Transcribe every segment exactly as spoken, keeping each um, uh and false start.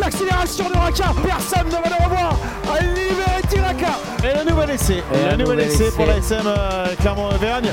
l'accélération de Raka. Personne ne va le revoir. Liberty Raka. Et le nouvel essai. Et, Et le nouvel essai, essai pour la S M euh, Clermont-Auvergne.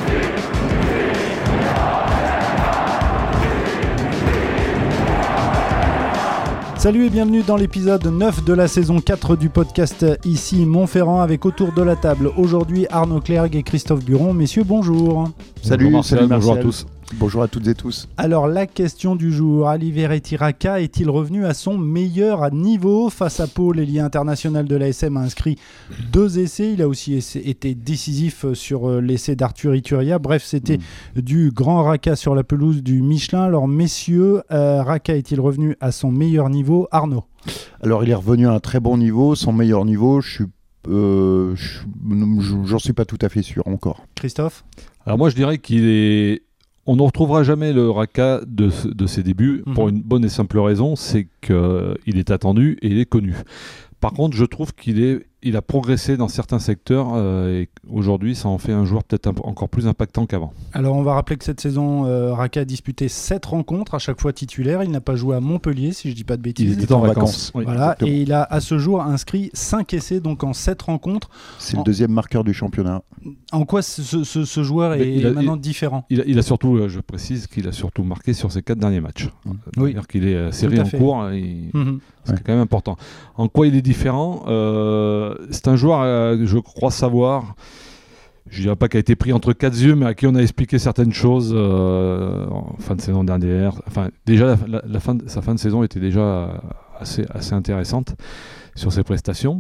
Salut et bienvenue dans l'épisode neuf de la saison quatre du podcast Ici Montferrand, avec autour de la table aujourd'hui Arnaud Clergue et Christophe Buron. Messieurs, bonjour. Salut, bonjour, Marcel, salut bonjour à tous. Bonjour à toutes et tous. Alors la question du jour, Liberty Raka est-il revenu à son meilleur niveau face à Pau? L'ailier international de l'A S M a inscrit deux essais, il a aussi été décisif sur l'essai d'Arthur Ituria. Bref, c'était mmh. du grand Raka sur la pelouse du Michelin. Alors messieurs, euh, Raka est-il revenu à son meilleur niveau? Arnaud? Alors il est revenu à un très bon niveau, son meilleur niveau, je suis euh, je, j'en suis pas tout à fait sûr encore. Christophe? Alors moi je dirais qu'il est... On ne retrouvera jamais le Raka de, de ses débuts, mmh. pour une bonne et simple raison, c'est qu'il est attendu et il est connu. Par contre, je trouve qu'il est, il a progressé dans certains secteurs euh, et aujourd'hui, ça en fait un joueur peut-être un, encore plus impactant qu'avant. Alors, on va rappeler que cette saison, euh, Raka a disputé sept rencontres, à chaque fois titulaire. Il n'a pas joué à Montpellier, si je ne dis pas de bêtises. Il était en, en vacances. vacances. Oui, voilà, exactement. Et il a à ce jour inscrit cinq essais, donc en sept rencontres. C'est en... le deuxième marqueur du championnat. En quoi ce, ce, ce joueur est il a, maintenant il, différent? il a, il a surtout, je précise qu'il a surtout marqué sur ses quatre derniers matchs. Mmh. Oui. C'est-à-dire qu'il est série en cours. Il... Mmh. C'est ouais. quand même important. En quoi il est différent? euh, C'est un joueur, euh, je crois savoir, je ne dirais pas qu'il a été pris entre quatre yeux, mais à qui on a expliqué certaines choses euh, en fin de saison dernière. Enfin, déjà, la, la, la fin de, sa fin de saison était déjà assez, assez intéressante sur ses prestations.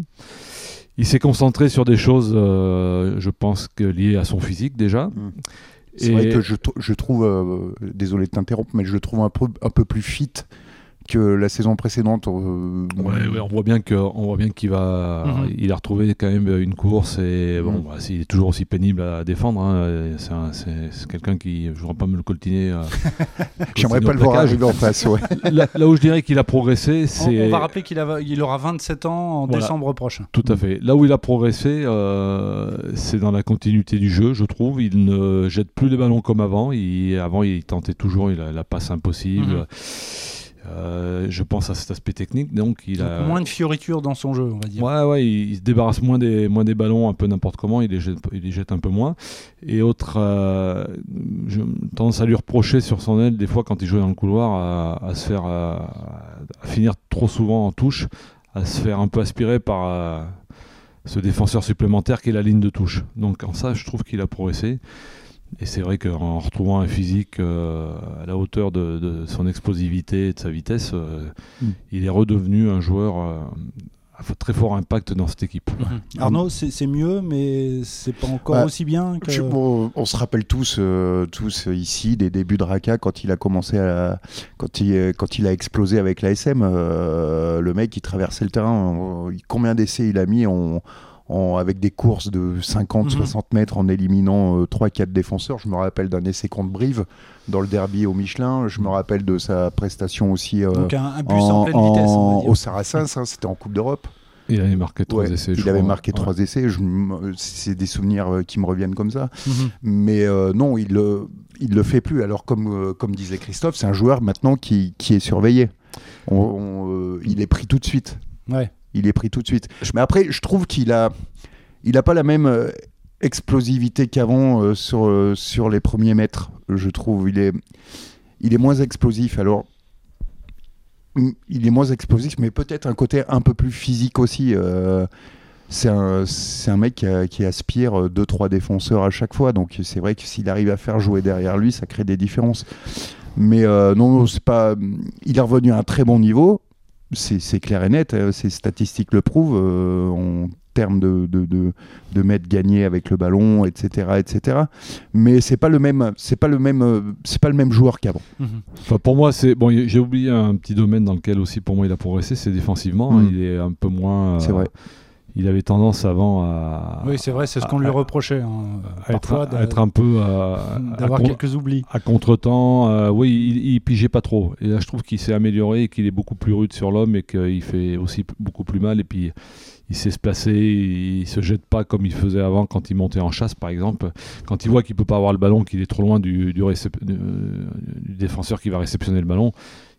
Il s'est concentré sur des choses, euh, je pense, que liées à son physique déjà. Mmh. C'est et... vrai que je, je trouve, euh, désolé de t'interrompre, mais je le trouve un peu, un peu plus fit que la saison précédente. Euh... Ouais, ouais, on voit bien que, on voit bien qu'il va, mm-hmm. il a retrouvé quand même une course et bon, mm-hmm. bah, il est toujours aussi pénible à défendre. Hein. C'est, un, c'est, c'est quelqu'un qui, je ne voudrais pas me le coltiner. Euh, J'aimerais pas le voir arriver en face. Ouais. là, là où je dirais qu'il a progressé, c'est. On, on va rappeler qu'il a, il aura vingt-sept ans en voilà. décembre prochain. Tout à fait. Là où il a progressé, euh, c'est dans la continuité du jeu, je trouve. Il ne jette plus les ballons comme avant. Il, avant, il tentait toujours il a, la passe impossible. Mm-hmm. Euh, je pense à cet aspect technique, donc il donc a moins de fioritures dans son jeu, on va dire. Ouais, ouais, il, il se débarrasse moins des, moins des ballons, un peu n'importe comment, il les jette, il les jette un peu moins. Et autre, euh, j'ai tendance à lui reprocher sur son aile des fois quand il joue dans le couloir à, à se faire, à, à finir trop souvent en touche, à se faire un peu aspirer par euh, ce défenseur supplémentaire qui est la ligne de touche. Donc en ça, je trouve qu'il a progressé. Et c'est vrai qu'en retrouvant un physique euh, à la hauteur de, de son explosivité et de sa vitesse, euh, mmh. il est redevenu un joueur euh, à très fort impact dans cette équipe. Mmh. Arnaud, c'est, c'est mieux, mais c'est pas encore bah, aussi bien que... je, bon, on se rappelle tous, euh, tous ici des débuts de Raka quand il a commencé à, quand il, quand il a explosé avec l'A S M. Euh, le mec, il traversait le terrain. On, combien d'essais il a mis on, En, avec des courses de cinquante à soixante mmh. mètres en éliminant euh, trois quatre défenseurs. Je me rappelle d'un essai contre Brive dans le derby au Michelin. Je me rappelle de sa prestation aussi euh, Donc un, un bus en, en pleine en, vitesse, on va dire. Au Saracens, hein, c'était en Coupe d'Europe. Il avait marqué trois ouais, essais. Il avait crois. marqué ouais. trois essais. Je, c'est des souvenirs euh, qui me reviennent comme ça. Mmh. Mais euh, non, il ne il le fait plus. Alors, comme, euh, comme disait Christophe, c'est un joueur maintenant qui, qui est surveillé. On, on, euh, il est pris tout de suite. Ouais. Il est pris tout de suite. Mais après, je trouve qu'il a, il a pas la même euh, explosivité qu'avant euh, sur euh, sur les premiers mètres. Je trouve, il est, il est moins explosif. Alors, il est moins explosif, mais peut-être un côté un peu plus physique aussi. Euh, c'est un, c'est un mec qui, a, qui aspire deux trois défenseurs à chaque fois. Donc c'est vrai que s'il arrive à faire jouer derrière lui, ça crée des différences. Mais euh, non, c'est pas. Il est revenu à un très bon niveau. C'est, c'est clair et net, euh, ces statistiques le prouvent, euh, en termes de, de, de, de mètres gagnés avec le ballon, et cetera, et cetera. Mais c'est pas le même, c'est pas le même, euh, c'est pas le même joueur qu'avant. Mmh. Enfin, pour moi, c'est bon. J'ai oublié un petit domaine dans lequel aussi pour moi il a progressé, c'est défensivement. Mmh. Hein, il est un peu moins. Euh, c'est vrai. Il avait tendance avant à... Oui, c'est vrai, c'est ce qu'on à, lui reprochait. Hein, à, être, à être un peu... À, d'avoir à, quelques oublis. À contre-temps. Euh, oui, il, il pigeait pas trop. Et là, je trouve qu'il s'est amélioré et qu'il est beaucoup plus rude sur l'homme et qu'il fait aussi beaucoup plus mal. Et puis, il sait se placer, il se jette pas comme il faisait avant quand il montait en chasse, par exemple. Quand il voit qu'il peut pas avoir le ballon, qu'il est trop loin du, du, récep- du, du défenseur qui va réceptionner le ballon,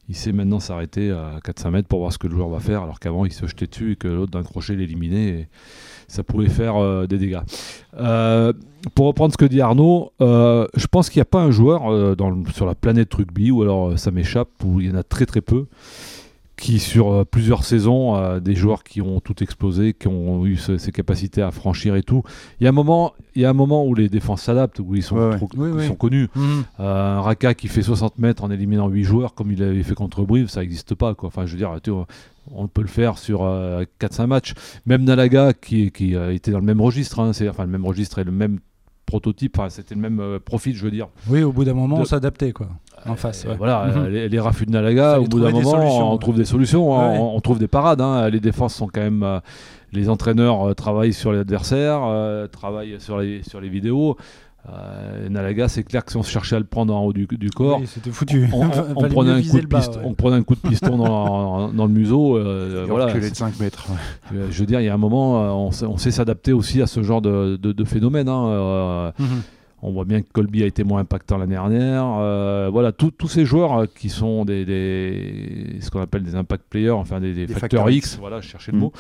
il sait maintenant s'arrêter à quatre cinq mètres pour voir ce que le joueur va faire, alors qu'avant il se jetait dessus et que l'autre d'un crochet l'éliminait et ça pouvait faire euh, des dégâts. Euh, pour reprendre ce que dit Arnaud, euh, je pense qu'il n'y a pas un joueur euh, dans le, sur la planète rugby, ou alors euh, ça m'échappe, où il y en a très très peu, qui sur euh, plusieurs saisons, euh, des joueurs qui ont tout explosé, qui ont eu ce, ces capacités à franchir et tout. Il y a un moment, il y a un moment où les défenses s'adaptent, où ils sont, ouais, trop, ouais. ils Oui, sont oui. connus. Mmh. Euh, un Raka qui fait soixante mètres en éliminant huit joueurs, comme il avait fait contre Brive, ça n'existe pas, quoi. Enfin, je veux dire, tu vois, on peut le faire sur euh, quatre cinq matchs. Même Nalaga, qui, qui a été dans le même registre, hein, c'est, enfin le même registre et le même prototype, enfin, c'était le même euh, profil, je veux dire. Oui, au bout d'un moment, De... on s'adaptait, quoi, en face. Euh, Ouais. Voilà, Mmh. euh, les, les raffus de Nalaga, au bout d'un moment, on ouais. trouve des solutions, hein, Ouais. on, on trouve des parades. Hein. Les défenses sont quand même... Euh, les entraîneurs euh, travaillent sur les adversaires, euh, travaillent sur les, sur les vidéos. Euh, Nalaga, c'est clair que si on se cherchait à le prendre en haut du, du corps, Oui, c'était foutu. on, on, on, Fallait prenait mieux un viser coup de le bas, piston, ouais. on prenait un coup de piston dans, dans le museau. Euh, voilà. Reculé de cinq mètres. Ouais. Euh, Je veux dire, il y a un moment, euh, on, sait, on sait s'adapter aussi à ce genre de, de, de phénomène. Hein. Euh, Mmh. On voit bien que Colby a été moins impactant l'année dernière. Euh, voilà, tous ces joueurs euh, qui sont des, des, ce qu'on appelle des impact players, enfin des, des, Des facteurs, facteurs X, X. voilà, je cherchais le Mm. mot.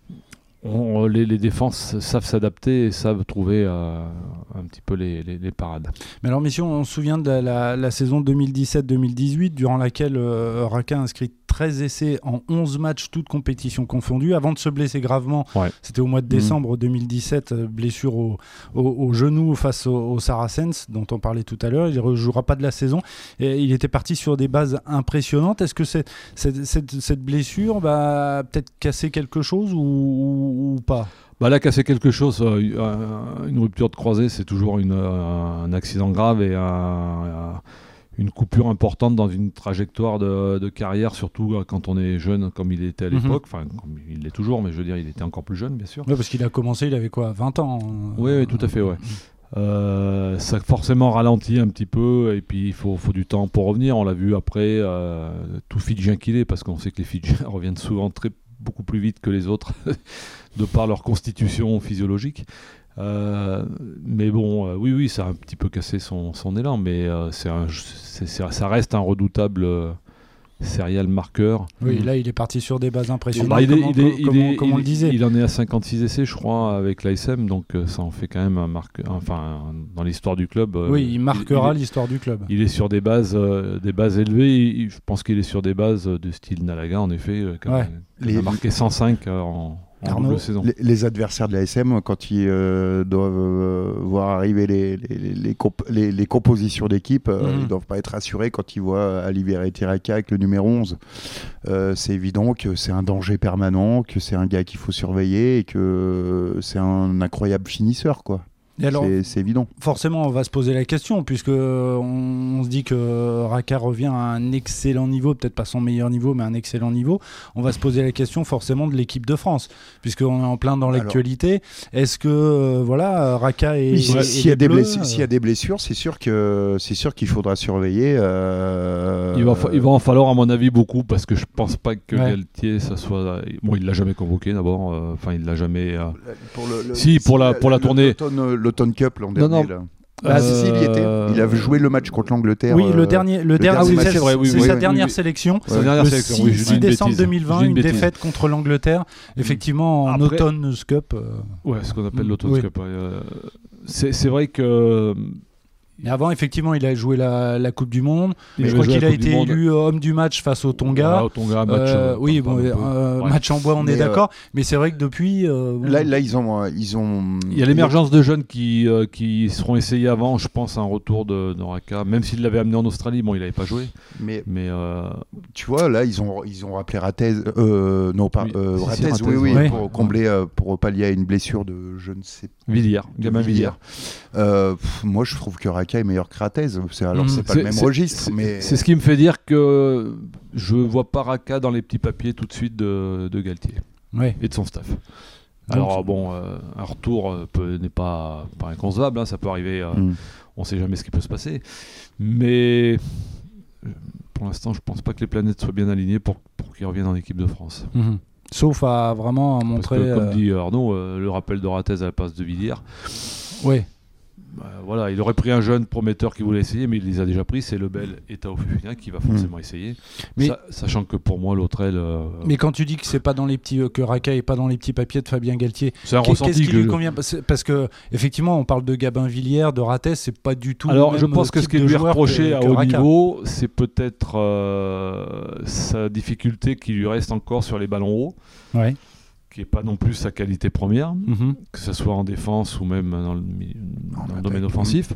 On, les, les défenses savent s'adapter et savent trouver euh, un petit peu les, les, les parades. Mais alors, messieurs, on se souvient de la, la, la saison deux mille dix-sept deux mille dix-huit, durant laquelle euh, Raka a inscrit treize essais en onze matchs, toutes compétitions confondues, avant de se blesser gravement. Ouais. C'était au mois de décembre mmh. deux mille dix-sept, euh, blessure au, au, au genou face aux au Saracens, dont on parlait tout à l'heure. Il ne rejouera pas de la saison. Et il était parti sur des bases impressionnantes. Est-ce que c'est, cette, cette, cette blessure va peut-être casser quelque chose ou, ou, ou pas ? Bah là, casser quelque chose, euh, une rupture de croisée, c'est toujours une, euh, un accident grave et un, un, une coupure importante dans une trajectoire de, de carrière, surtout quand on est jeune comme il était à l'époque. Enfin, mm-hmm. comme il l'est toujours, mais je veux dire, il était encore plus jeune, bien sûr. Oui, parce qu'il a commencé, il avait quoi, vingt ans hein, Oui, oui, tout à fait, ouais. Euh, ça forcément ralentit un petit peu et puis il faut, faut du temps pour revenir. On l'a vu après, euh, tout Fidjien qu'il est, parce qu'on sait que les Fidjiens reviennent souvent très, beaucoup plus vite que les autres de par leur constitution physiologique. Euh, mais bon, euh, oui, oui, ça a un petit peu cassé son, son élan, mais euh, c'est un, c'est, c'est, ça reste un redoutable euh, serial marqueur. Oui, là, il est parti sur des bases impressionnantes, bah, il comme, est, il est, comme, il est, comme on il, le disait. Il en est à cinquante-six essais, je crois, avec l'A S M, donc euh, ça en fait quand même un marqueur, enfin, dans l'histoire du club. Euh, oui, il marquera il, il l'histoire du club. Il est sur des bases, euh, des bases élevées, il, je pense qu'il est sur des bases de style Nalaga, en effet, euh, quand ouais. il a marqué cent cinq euh, en... Arnaud, saison. Les, les adversaires de la S M, quand ils euh, doivent euh, voir arriver les, les, les, comp- les, les compositions d'équipe, euh, mmh. ils ne doivent pas être rassurés quand ils voient Alivere Tiraka avec le numéro onze. Euh, c'est évident que c'est un danger permanent, que c'est un gars qu'il faut surveiller et que c'est un incroyable finisseur, quoi. Et alors, c'est, c'est évident. Forcément, on va se poser la question, puisque on, on se dit que Raka revient à un excellent niveau, peut-être pas son meilleur niveau, mais un excellent niveau. On va se poser la question forcément de l'équipe de France, puisqu'on est en plein dans l'actualité. Alors, est-ce que euh, voilà, Raka est, oui, est, s'il, est y a des bleus, blessures, euh... s'il y a des blessures, c'est sûr que c'est sûr qu'il faudra surveiller. Euh... Il va, fa- il va en falloir à mon avis beaucoup, parce que je pense pas que ouais. Galtier, ça soit. Bon, il l'a jamais convoqué d'abord. Enfin, euh, il l'a jamais. Euh... Pour le, le, si, pour la pour la, la tournée. L'automne, l'automne Cup l'an dernier. Non, non. Là. Ah, si, si, il y était. Il a joué le match contre l'Angleterre. Oui, le dernier, le, le dernier, dernier c'est, match, c'est, vrai, oui, c'est oui, sa oui, dernière oui, sélection. Ouais. Sa dernière le sélection, six, oui, six décembre deux mille vingt, une, une défaite contre l'Angleterre. Effectivement, en Après, automne Cup. Euh... Ouais, ce qu'on appelle l'automne oui. Cup. Ouais. Euh, c'est, c'est vrai que. Mais avant, effectivement, il a joué la, la Coupe du Monde. Il je crois qu'il a été élu homme du match face au Tonga. Voilà, au Tonga, match. Euh, oui, bon, euh, ouais. match en bois, on mais est d'accord. Euh, mais c'est vrai que depuis. Euh, bon, là, là, ils ont, ils ont. Il y a l'émergence de jeunes qui, euh, qui seront essayés avant. Je pense à un retour de, de Raka, même s'il l'avait amené en Australie. Bon, il n'avait pas joué. Mais, mais euh... tu vois, là, ils ont, ils ont rappelé Ratez. Euh, non, pas oui, euh, si, Ratez, si, Ratez, oui, oui, ouais. pour combler, euh, pour pallier à une blessure de je ne sais pas. Villiers, gamin Villiers. Euh, pff, moi, je trouve que Raka est meilleur que Ratez. C'est, alors, mmh. c'est pas c'est, le même c'est, registre, c'est, mais c'est ce qui me fait dire que je vois pas Raka dans les petits papiers tout de suite de, de Galtier ouais. et de son staff. Alors Donc, bon, euh, un retour peut, n'est pas, pas inconcevable, hein, ça peut arriver. Euh, mmh. On sait jamais ce qui peut se passer, mais pour l'instant, je pense pas que les planètes soient bien alignées pour, pour qu'il revienne en équipe de France. Mmh. Sauf à vraiment montrer. Parce que, comme euh... dit Arnaud, euh, le rappel de Ratez à la place de Villiers. Oui. bah, voilà, il aurait pris un jeune prometteur qui voulait essayer, mais il les a déjà pris. C'est Lebel et Tao Fifuna qui va forcément mmh. essayer. Mais, Sa- sachant que pour moi, l'autre aile. Euh, mais quand tu dis que c'est pas dans les petits euh, que Raka est pas dans les petits papiers de Fabien Galtier, c'est un qu'est- ressenti qu'est-ce qui que lui je- convient parce, parce que effectivement, on parle de Gabin Villiers, de Ratet, c'est pas du tout. Alors, le je même pense que ce type qui de lui est joueur reproché que- à que haut Raka. niveau, c'est peut-être euh, sa difficulté qui lui reste encore sur les ballons hauts, Ouais. qui n'est pas non plus sa qualité première, Mhm. que ce soit en défense ou même dans le, mi- dans le attaque. domaine offensif.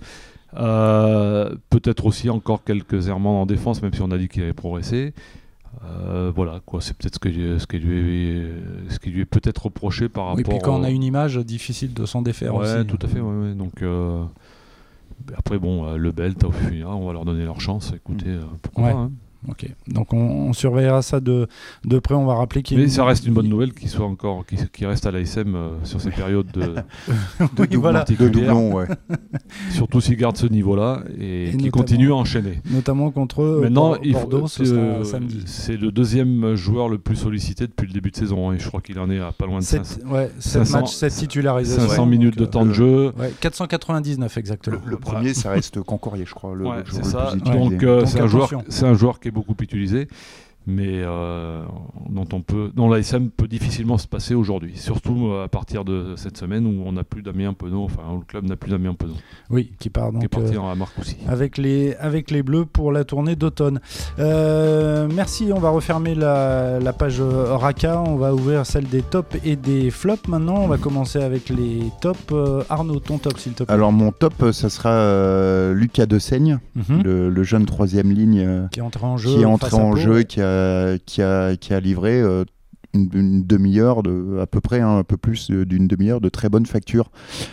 Euh, peut-être aussi encore quelques errements en défense, même si on a dit qu'il avait progressé. Euh, voilà, quoi, c'est peut-être ce, que, ce, qui lui est, ce qui lui est peut-être reproché par rapport. Et puis quand au... on a une image, difficile de s'en défaire ouais, aussi. tout à fait. Ouais, ouais. Donc euh, après, bon, euh, Lebel, Tao Fifuna, on va leur donner leur chance. Écoutez, euh, pourquoi Ouais. pas, hein. Ok, donc on, on surveillera ça de, de près. On va rappeler qu'il y a Mais une- ça reste une bonne nouvelle qu'il soit encore, qu'il, qu'il reste à l'A S M euh, sur ces périodes de, Oui, doublons, voilà. de particulières, doublons, ouais. surtout s'il garde ce niveau-là et, Et qu'il notamment- continue à enchaîner. Notamment contre euh, Maintenant, Bor- il faut- Bordeaux, ce euh, sera samedi. c'est le deuxième joueur le plus sollicité depuis le début de saison, hein, et je crois qu'il en est à pas loin de cinq cents, sept ouais, sept cinq cents matchs, sept titularisations. cinq cents minutes de donc, temps de jeu. euh, ouais, quatre cent quatre-vingt-dix-neuf exactement. Le, le premier, ça reste Concordier, je crois. Le, Ouais, le c'est joueur ça. le plus utilisé. Donc, euh, Donc, c'est, un joueur, attention. c'est un joueur qui est beaucoup utilisé, mais euh, dont on peut, dont l'A S M peut difficilement se passer aujourd'hui. Surtout euh, à partir de cette semaine où on n'a plus Damien Penaud, enfin où le club n'a plus Damien Penaud, Oui, qui part donc qui est parti euh, en Marcoussis. avec les avec les Bleus pour la tournée d'automne. Euh, merci. On va refermer la, la page euh, Raka. On va ouvrir celle des tops et des flops. Maintenant, on va commencer avec les tops. Euh, Arnaud, ton top, s'il te plaît. Alors, mon top, euh, ça sera euh, Lucas Desaigne, Mhm. le, le jeune troisième ligne euh, Qui est entré en jeu. qui est entré face à en Pau. jeu et qui a, qui a, qui a livré euh, une, une demi-heure, de, à peu près, hein, un peu plus de- d'une demi-heure de très bonne facture.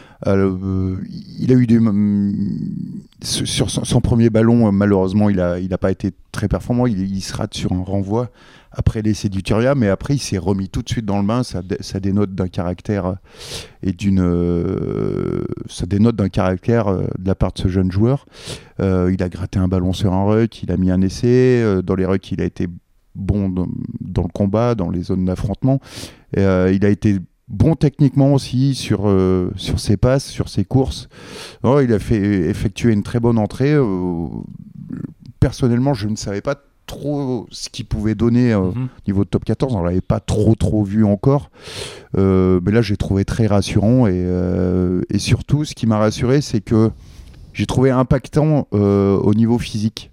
Euh, il a eu des, hum, sur sur son, son premier ballon, euh, malheureusement, il n'a il a pas été très performant. Il, il se rate sur un renvoi après l'essai du Turia, mais après, il s'est remis tout de suite dans le bain. Ça, dé- ça dénote d'un caractère et d'une, euh, ça dénote d'un caractère euh, de la part de ce jeune joueur. Euh, il a gratté un ballon sur un ruck, il a mis un essai. Euh, dans les rucks, il a été bon dans, dans le combat, dans les zones d'affrontement. Et, euh, il a été bon techniquement aussi sur, euh, sur ses passes, sur ses courses. Oh, il a fait effectuer une très bonne entrée. Euh, personnellement, je ne savais pas trop ce qu'il pouvait donner euh, Mhm. niveau de top quatorze. On ne l'avait pas trop trop vu encore. Euh, mais là, j'ai trouvé très rassurant. Et, euh, et surtout, ce qui m'a rassuré, c'est que j'ai trouvé impactant euh, au niveau physique.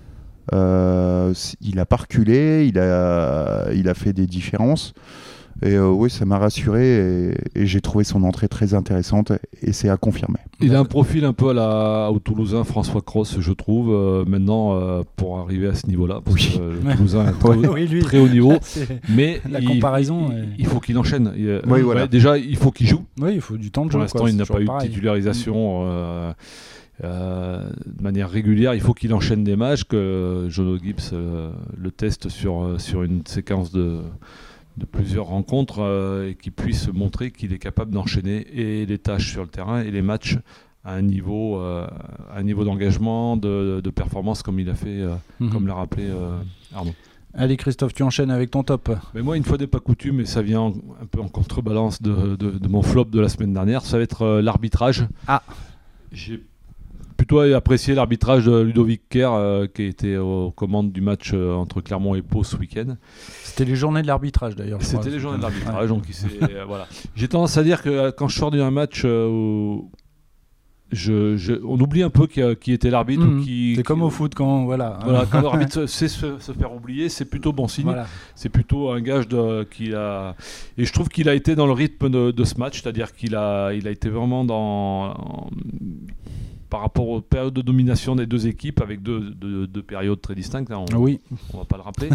Euh, c- il a pas reculé, il a, il a fait des différences. Et euh, oui, ça m'a rassuré et, et j'ai trouvé son entrée très intéressante et c'est à confirmer. Il a un profil un peu à la, au Toulousain François Cross, je trouve, euh, maintenant, euh, pour arriver à ce niveau-là. Parce Oui. que euh, le Toulousain est très, Oui, lui. très haut niveau. C'est- Mais La il, comparaison il, est- il faut qu'il enchaîne. Il, euh, Oui, voilà. ouais, déjà, il faut qu'il joue. Oui, il faut du temps de Pour jeu. l'instant, quoi, il c'est n'a toujours pas eu de pareil. titularisation euh, euh, de manière régulière. Il faut qu'il enchaîne des matchs, que Jono Gibbs euh, le teste sur, euh, sur une séquence de, de plusieurs rencontres euh, et qu'il puisse montrer qu'il est capable d'enchaîner et les tâches sur le terrain et les matchs à un niveau, euh, à un niveau d'engagement, de, de performance comme il a fait, euh, Mhm. comme l'a rappelé euh, Arnaud. Allez, Christophe, tu enchaînes avec ton top. Mais moi, une fois n'est pas coutume, et ça vient en- un peu en contrebalance de, de- de mon flop de la semaine dernière, ça va être euh, l'arbitrage. Ah. J'ai plutôt apprécié l'arbitrage de Ludovic Kerr, euh, qui était aux commandes du match euh, entre Clermont et Pau ce week-end. C'était les journées de l'arbitrage d'ailleurs. je C'était crois. les journées de l'arbitrage, Ouais. donc il s'est- euh, voilà. J'ai tendance à dire que euh, quand je sors d'un match euh, où je, je- on oublie un peu qui, a- qui était l'arbitre. Mhm. ou qui, C'est qui- comme au foot quand voilà. Voilà, quand l'arbitre sait se, se faire oublier, c'est plutôt bon signe. Voilà. C'est plutôt un gage de, qu'il a. Et je trouve qu'il a été dans le rythme de, de ce match, c'est-à-dire qu'il a, il a été vraiment dans. en- par rapport aux périodes de domination des deux équipes, avec deux, deux- deux périodes très distinctes, hein, on Oui. ne va pas le rappeler.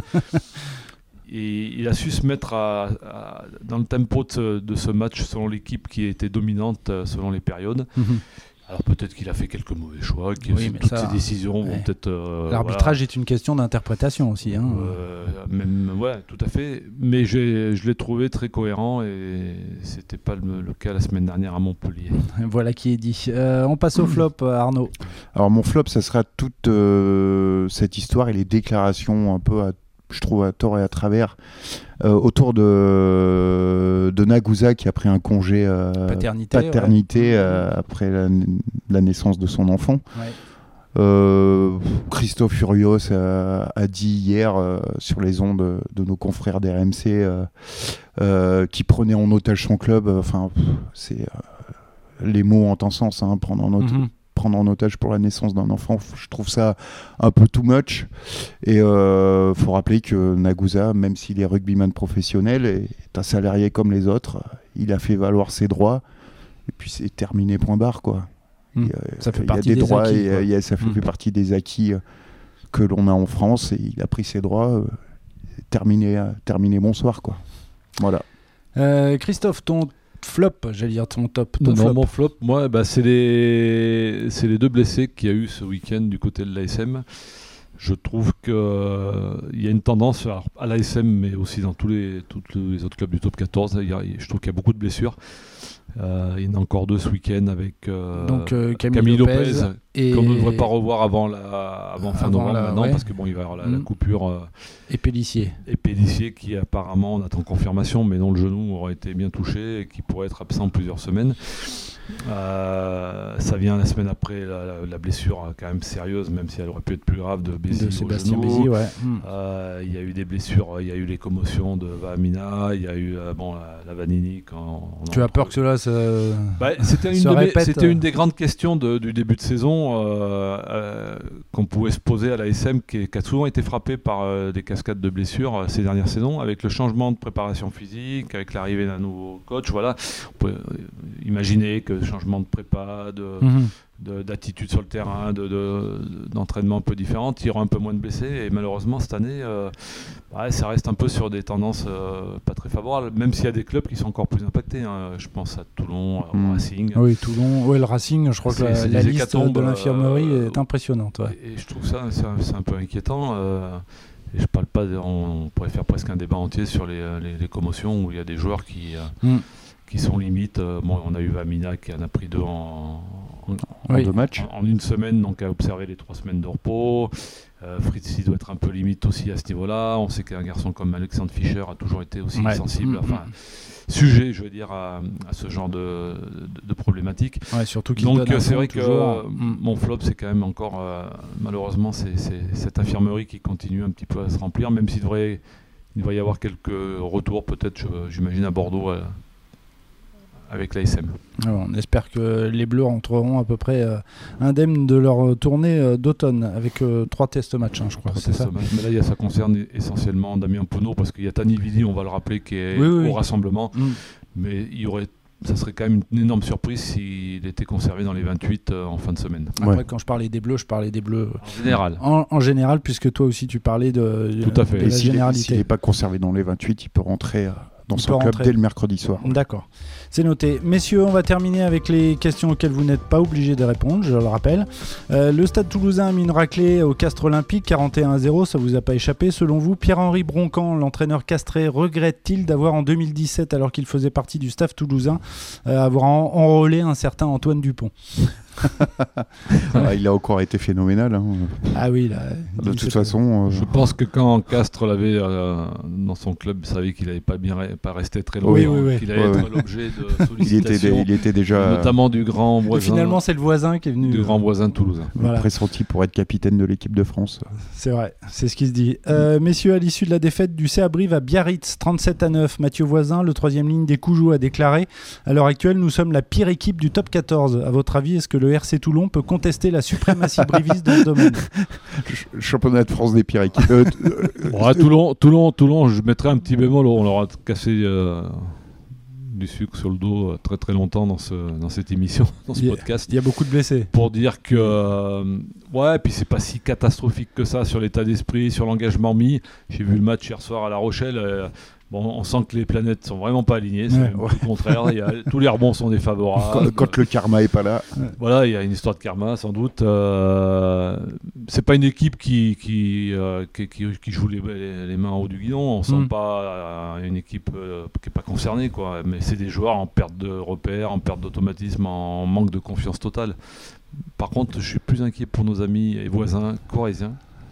Et il a su se mettre à- à- dans le tempo de ce, de ce match selon l'équipe qui était dominante euh, selon les périodes. Mhm. Alors peut-être qu'il a fait quelques mauvais choix, que Oui, mais toutes ça, ses décisions vont ouais. peut-être. euh, L'arbitrage est une question d'interprétation aussi. Hein. euh, même, ouais, tout à fait. Mais j'ai- je l'ai trouvé très cohérent et c'était pas le, le cas la semaine dernière à Montpellier. Voilà qui est dit. Euh, on passe au flop, euh, Arnaud. Alors mon flop, ça sera toute euh, cette histoire et les déclarations un peu à je trouve à tort et à travers, euh, autour de, de Nagusa qui a pris un congé euh, paternité, paternité ouais. euh, après la, la naissance de son enfant. Ouais. Euh, Christophe Furios a, a dit hier euh, sur les ondes de, de nos confrères d'R M C euh, euh, qui prenait en otage son club. Enfin, euh, c'est euh, les mots ont un sens. Hein, prendre en otage. Mm-hmm. Prendre en otage pour la naissance d'un enfant, je trouve ça un peu too much. Et il euh, faut rappeler que Nagusa, même s'il est rugbyman professionnel, est un salarié comme les autres. Il a fait valoir ses droits et puis c'est terminé, point barre, quoi. Mmh. Il, ça fait il partie y a des, des droits acquis, et, et ça fait, mmh. fait partie des acquis que l'on a en France et il a pris ses droits. Euh, terminé, terminé, bonsoir, quoi. Voilà. Euh, Christophe, ton flop, j'allais dire ton top. Ton non, flop. non, mon flop, moi, bah, c'est les, c'est les deux blessés qu'il y a eu ce week-end du côté de l'A S M. Je trouve qu'il euh, y a une tendance à, à l'A S M, mais aussi dans tous les, tous les autres clubs du top quatorze. Il y a, je trouve qu'il y a beaucoup de blessures. Euh, il y en a encore deux ce week-end avec euh, Donc, euh, Camille, Camille Lopez, Lopez et... qu'on ne devrait pas revoir avant, la, avant fin avant novembre la, maintenant, ouais. parce que bon, il va y avoir la, mmh. la coupure. Euh, et Pélissier. Et Pélissier qui apparemment, on attend confirmation, mais dont le genou aurait été bien touché et qui pourrait être absent plusieurs semaines. Euh, ça vient la semaine après la, la, la blessure quand même sérieuse, même si elle aurait pu être plus grave, de Bézi de Sébastien Bézi, ouais. Il euh, y a eu des blessures, il y a eu les commotions de Vamina, il y a eu euh, bon, la, la Vanini. Quand on tu as peur que cela se, bah, c'était, une se de mes, répète c'était une des grandes questions de, du début de saison euh, euh, qu'on pouvait se poser à l'A S M, qui, qui a souvent été frappé par euh, des cascades de blessures euh, ces dernières saisons, avec le changement de préparation physique, avec l'arrivée d'un nouveau coach. Voilà. On peut euh, imaginer que changement de prépa, de, mmh. de, d'attitude sur le terrain, de, de, d'entraînement un peu différent, il y aura un peu moins de blessés. Et malheureusement, cette année, euh, bah, ça reste un peu sur des tendances euh, pas très favorables, même s'il y a des clubs qui sont encore plus impactés. Hein. Je pense à Toulon, au mmh. Racing. Oui, Toulon, ouais, le Racing, je crois c'est, que la, la liste de l'infirmerie euh, est impressionnante. Ouais. Et, et je trouve ça, c'est un, c'est un peu inquiétant. Euh, et je parle pas, de, on, on pourrait faire presque un débat entier sur les, les, les commotions où il y a des joueurs qui... Euh, mmh. qui sont limites. Bon, on a eu Vamina qui en a pris deux en, en, oui. en deux matchs. En, en une semaine, donc à observer les trois semaines de repos. Euh, Fritz doit être un peu limite aussi à ce niveau-là. On sait qu'un garçon comme Alexandre Fischer a toujours été aussi ouais. sensible, mmh, enfin, mmh. sujet, je veux dire, à, à ce genre de, de, de problématiques. Ouais, surtout qu'il donc euh, c'est vrai toujours. que euh, mmh. mon flop, c'est quand même encore, euh, malheureusement, c'est, c'est cette infirmerie qui continue un petit peu à se remplir, même s'il devrait, il devrait y avoir quelques retours, peut-être, je, j'imagine, à Bordeaux. Euh, avec l'A S M. Alors, on espère que les Bleus entreront à peu près euh, indemnes de leur tournée euh, d'automne avec euh, trois tests matchs, hein, je crois. C'est ça. Mais là, y a, ça concerne essentiellement Damien Penaud parce qu'il y a Tani Vidi, on va le rappeler, qui est oui, oui, au oui. rassemblement. Mm. Mais il y aurait, ça serait quand même une énorme surprise s'il était conservé dans les vingt-huit euh, en fin de semaine. Après, ouais. quand je parlais des Bleus, je parlais des Bleus en général. En, en général, puisque toi aussi tu parlais de, Tout à fait. de Et la s'il généralité. Est, s'il n'est pas conservé dans les vingt-huit, il peut rentrer... Euh... dans il son club rentrer. Dès le mercredi soir. D'accord, c'est noté. Messieurs, on va terminer avec les questions auxquelles vous n'êtes pas obligés de répondre, je le rappelle. Euh, le Stade Toulousain a mis une raclée au Castres Olympique, quarante et un à zéro, ça vous a pas échappé. Selon vous, Pierre-Henri Broncan, l'entraîneur castré, regrette-t-il d'avoir en deux mille dix-sept, alors qu'il faisait partie du staff toulousain, euh, avoir en- enrôlé un certain Antoine Dupont? ah, il a encore été phénoménal. Hein. Ah oui, là, de toute façon. Euh... Je pense que quand Castres l'avait euh, dans son club, il savait qu'il n'allait pas bien re- pas rester très longtemps, oui, oui, oui. qu'il allait ouais, être ouais. l'objet de sollicitations. il, était, il était déjà. Notamment du grand voisin. Et finalement, c'est le voisin qui est venu. Du grand voisin toulousain. Voilà. Pressenti pour être capitaine de l'équipe de France. C'est vrai, c'est ce qui se dit. Euh, messieurs, à l'issue de la défaite du C A Brive à Biarritz, trente-sept à neuf, Mathieu Voisin, le troisième ligne des Coujoux, a déclaré: à l'heure actuelle, nous sommes la pire équipe du top quatorze. À votre avis, est-ce que le R C Toulon peut contester la suprématie briviste dans ce domaine? Championnat de France des pires équipes. Euh, bon, à Toulon, Toulon, Toulon, je mettrais un petit bémol. On leur a cassé euh, du sucre sur le dos euh, très très longtemps dans, ce, dans cette émission, dans ce il y a, podcast. Il y a beaucoup de blessés. Pour dire que, euh, ouais, puis c'est pas si catastrophique que ça sur l'état d'esprit, sur l'engagement mis. J'ai vu le match hier soir à La Rochelle. Euh, Bon, on sent que les planètes sont vraiment pas alignées, c'est ouais, ouais. ouais. Au contraire, il y a, tous les rebonds sont défavorables. Quand, quand le karma est pas là. Voilà, il y a une histoire de karma sans doute. Euh, c'est pas une équipe qui, qui, euh, qui, qui, qui joue les, les, les mains en haut du guidon, on sent mm. pas euh, une équipe euh, qui est pas concernée, quoi. Mais c'est des joueurs en perte de repères, en perte d'automatisme, en manque de confiance totale. Par contre, je suis plus inquiet pour nos amis et voisins corréziens.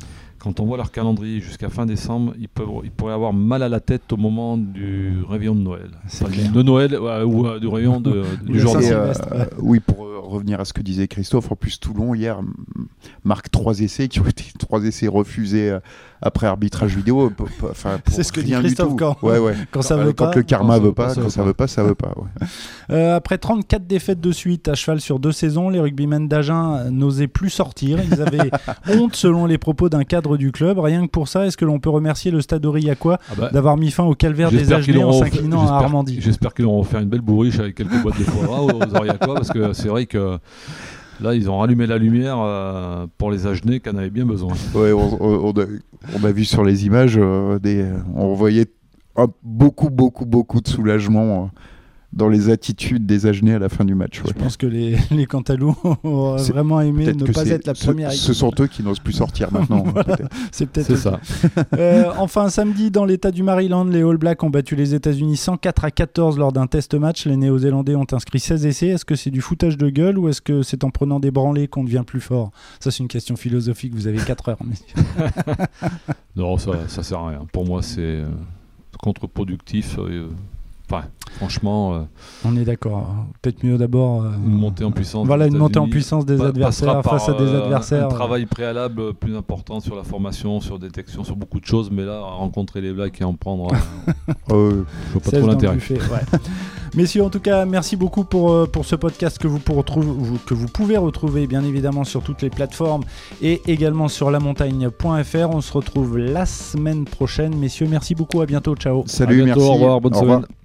quand on voit leur calendrier jusqu'à fin décembre, ils, peuvent, ils pourraient avoir mal à la tête au moment du réveillon de Noël. Enfin, de Noël euh, ou euh, du réveillon de, de, du jour de euh, euh, Oui, pour euh, revenir à ce que disait Christophe, en plus Toulon hier m- marque trois essais qui ont été trois essais refusés euh, après arbitrage vidéo. P- p- enfin, c'est ce que dit Christophe quand, ouais, ouais. quand ça quand, veut quand pas. le karma quand veut pas, pas, ça quand veut ça pas. veut pas, ça veut pas. Ouais. Euh, après trente-quatre défaites de suite à cheval sur deux saisons, les rugbymen d'Agen n'osaient plus sortir. Ils avaient honte selon les propos d'un cadre du club. Rien que pour ça, est-ce que l'on peut remercier le Stade Aurillacois ah bah, d'avoir mis fin au calvaire des Agenais en s'inclinant à Armandie? J'espère qu'ils vont faire une belle bourriche avec quelques boîtes de foie gras aux Aurillacois, parce que c'est vrai que là, ils ont rallumé la lumière euh, pour les Agenais qui en avaient bien besoin. Ouais, on, on, a, on a vu sur les images, euh, des, on voyait un, beaucoup, beaucoup, beaucoup de soulagement euh, dans les attitudes des Agenais à la fin du match. Ouais. Je pense que les, les Cantalous ont c'est vraiment aimé ne pas être la première ce, équipe. Ce sont eux qui n'osent plus sortir maintenant. Voilà, peut-être. c'est peut-être c'est ça. euh, enfin, samedi, dans l'État du Maryland, les All Blacks ont battu les États-Unis cent quatre à quatorze lors d'un test match. Les Néo-Zélandais ont inscrit seize essais. Est-ce que c'est du foutage de gueule ou est-ce que c'est en prenant des branlées qu'on devient plus fort? Ça, c'est une question philosophique. Vous avez quatre heures. Non, ça, ça sert à rien. Pour moi, c'est euh, contre-productif. Euh, Enfin, franchement, euh, on est d'accord. Peut-être mieux d'abord euh, une montée en puissance. Voilà, une montée en puissance des pa- adversaires par, face à des adversaires. Un travail préalable plus important sur la formation, sur détection, sur beaucoup de choses. Mais là, rencontrer les Blacks et en prendre, euh, euh, je vois pas trop l'intérêt. Buffet, ouais. Messieurs, en tout cas, merci beaucoup pour, pour ce podcast que vous, pour retrouver, que vous pouvez retrouver bien évidemment sur toutes les plateformes et également sur la montagne point f r. On se retrouve la semaine prochaine. Messieurs, merci beaucoup. À bientôt. Ciao. Salut, à bientôt, merci. Au revoir. Bonne au semaine. revoir.